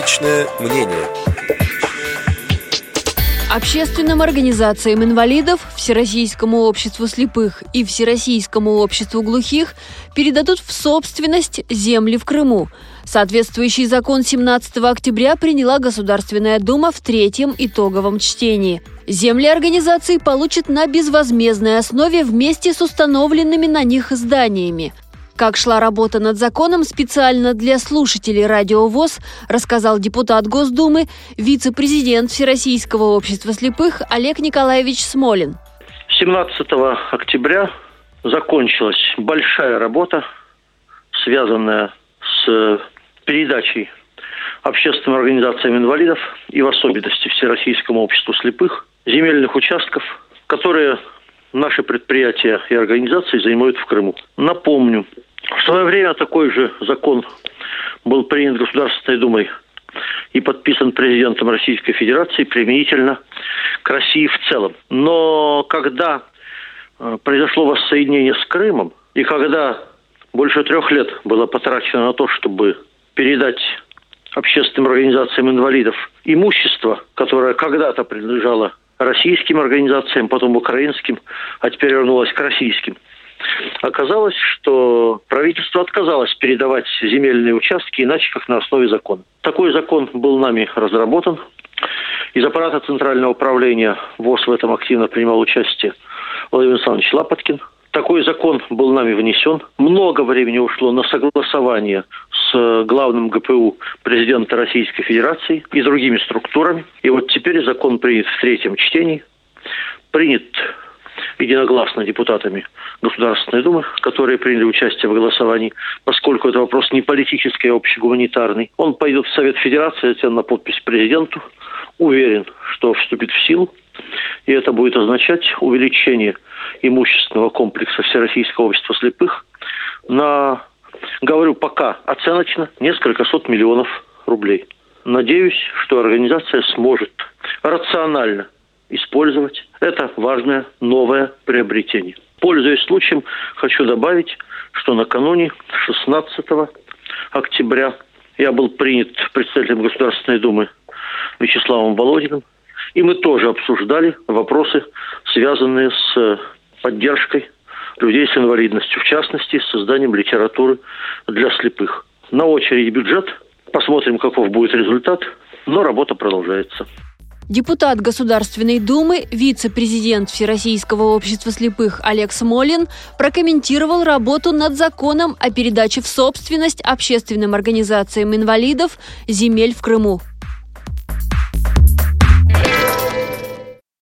Личное мнение. Общественным организациям инвалидов, Всероссийскому обществу слепых и Всероссийскому обществу глухих передадут в собственность земли в Крыму. Соответствующий закон 17 октября приняла Государственная Дума в третьем итоговом чтении. Земли организации получат на безвозмездной основе вместе с установленными на них зданиями. Как шла работа над законом специально для слушателей Радио ВОС, рассказал депутат Госдумы, вице-президент Всероссийского общества слепых Олег Николаевич Смолин. 17 октября закончилась большая работа, связанная с передачей общественным организациям инвалидов и в особенности Всероссийскому обществу слепых земельных участков, которые наши предприятия и организации занимают в Крыму. Напомню, в свое время такой же закон был принят Государственной Думой и подписан президентом Российской Федерации применительно к России в целом. Но когда произошло воссоединение с Крымом, и когда больше 3 лет было потрачено на то, чтобы передать общественным организациям инвалидов имущество, которое когда-то принадлежало российским организациям, потом украинским, а теперь вернулось к российским, оказалось, что правительство отказалось передавать земельные участки иначе, как на основе закона. Такой закон был нами разработан. Из аппарата Центрального управления ВОС в этом активно принимал участие Владимир Александрович Лапоткин. Такой закон был нами внесен. Много времени ушло на согласование с главным ГПУ президента Российской Федерации и другими структурами. И вот теперь закон принят в 3-м чтении. Принят единогласно депутатами Государственной Думы, которые приняли участие в голосовании, поскольку это вопрос не политический, а общегуманитарный. Он пойдет в Совет Федерации, затем на подпись президенту. Уверен, что вступит в силу. И это будет означать увеличение имущественного комплекса Всероссийского общества слепых на, говорю пока оценочно, несколько сот миллионов рублей. Надеюсь, что организация сможет рационально использовать это важное новое приобретение. Пользуясь случаем, хочу добавить, что накануне 16 октября я был принят председателем Государственной Думы Вячеславом Володиным, и мы тоже обсуждали вопросы, связанные с поддержкой людей с инвалидностью, в частности, с созданием литературы для слепых. На очереди бюджет. Посмотрим, каков будет результат, но работа продолжается. Депутат Государственной Думы, вице-президент Всероссийского общества слепых Олег Смолин прокомментировал работу над законом о передаче в собственность общественным организациям инвалидов земель в Крыму.